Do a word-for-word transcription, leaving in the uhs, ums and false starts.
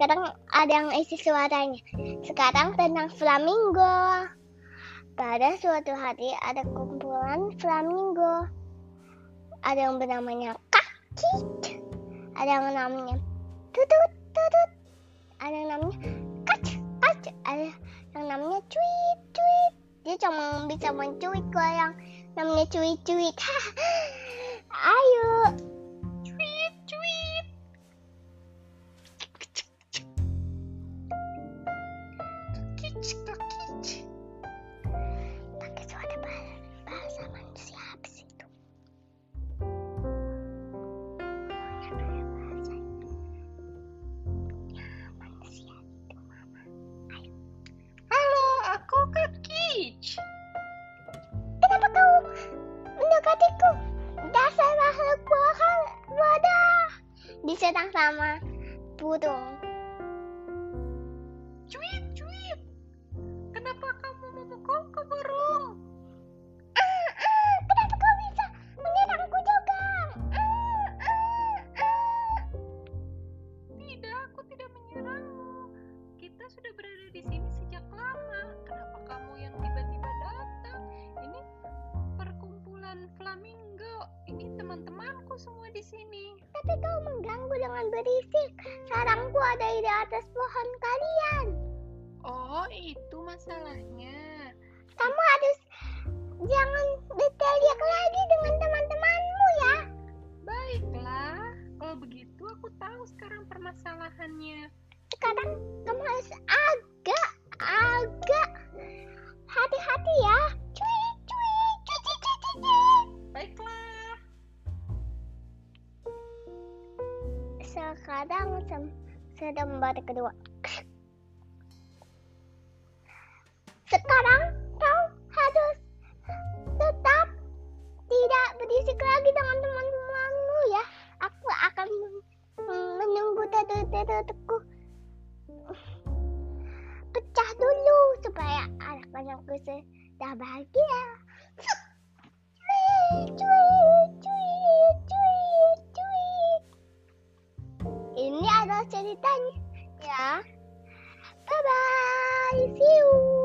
Sekarang ada yang isi suaranya. Sekarang tentang flamingo. Pada suatu hari ada kumpulan flamingo. Ada yang bernamanya kakit, ada yang namanya tutut tutut, ada yang namanya kac kac, ada yang namanya cuit cuit. Dia cuma bisa mencuit kalau yang namanya cuit cuit. Ayo cuit cuit. Kakit kakit. Pakai suara bahasa manusia apa sih itu? Manusia itu mama. Ayo. Halo, aku Kakich. Kenapa kau mendekatiku? Dasar makhluk bodoh. Diserang sama burung. Cuit, cuit. Kenapa kamu memukulku, burung? Ah, ah, kenapa kau bisa menyerangku juga? Ah, ah, ah. Tidak, aku tidak menyerangmu. Kita sudah berada di sini sejak lama. Kenapa kamu yang tiba-tiba datang? Ini perkumpulan flamingo. Ini teman-temanku semua di sini. Tapi kau mengganggu dengan berisik. Sarangku ada di atas pohon kalian. Oh, itu masalahnya. Kamu harus jangan berteriak lagi dengan teman-temanmu ya. Baiklah, kalau begitu aku tahu sekarang permasalahannya. Sekarang kamu harus agak agak hati-hati ya. Cuy cuy cuy cuy cuy cuy. Baiklah. Sekarang sem- selembar kedua. Sekarang kau harus tetap tidak berisik lagi dengan teman-temanmu ya. Aku akan men- menunggu tetu-tetuku pecah dulu supaya anak-anakku sudah bahagia. Cuy, cuy, cuy, cuy, cuy. Ini adalah ceritanya ya. Bye bye, see you.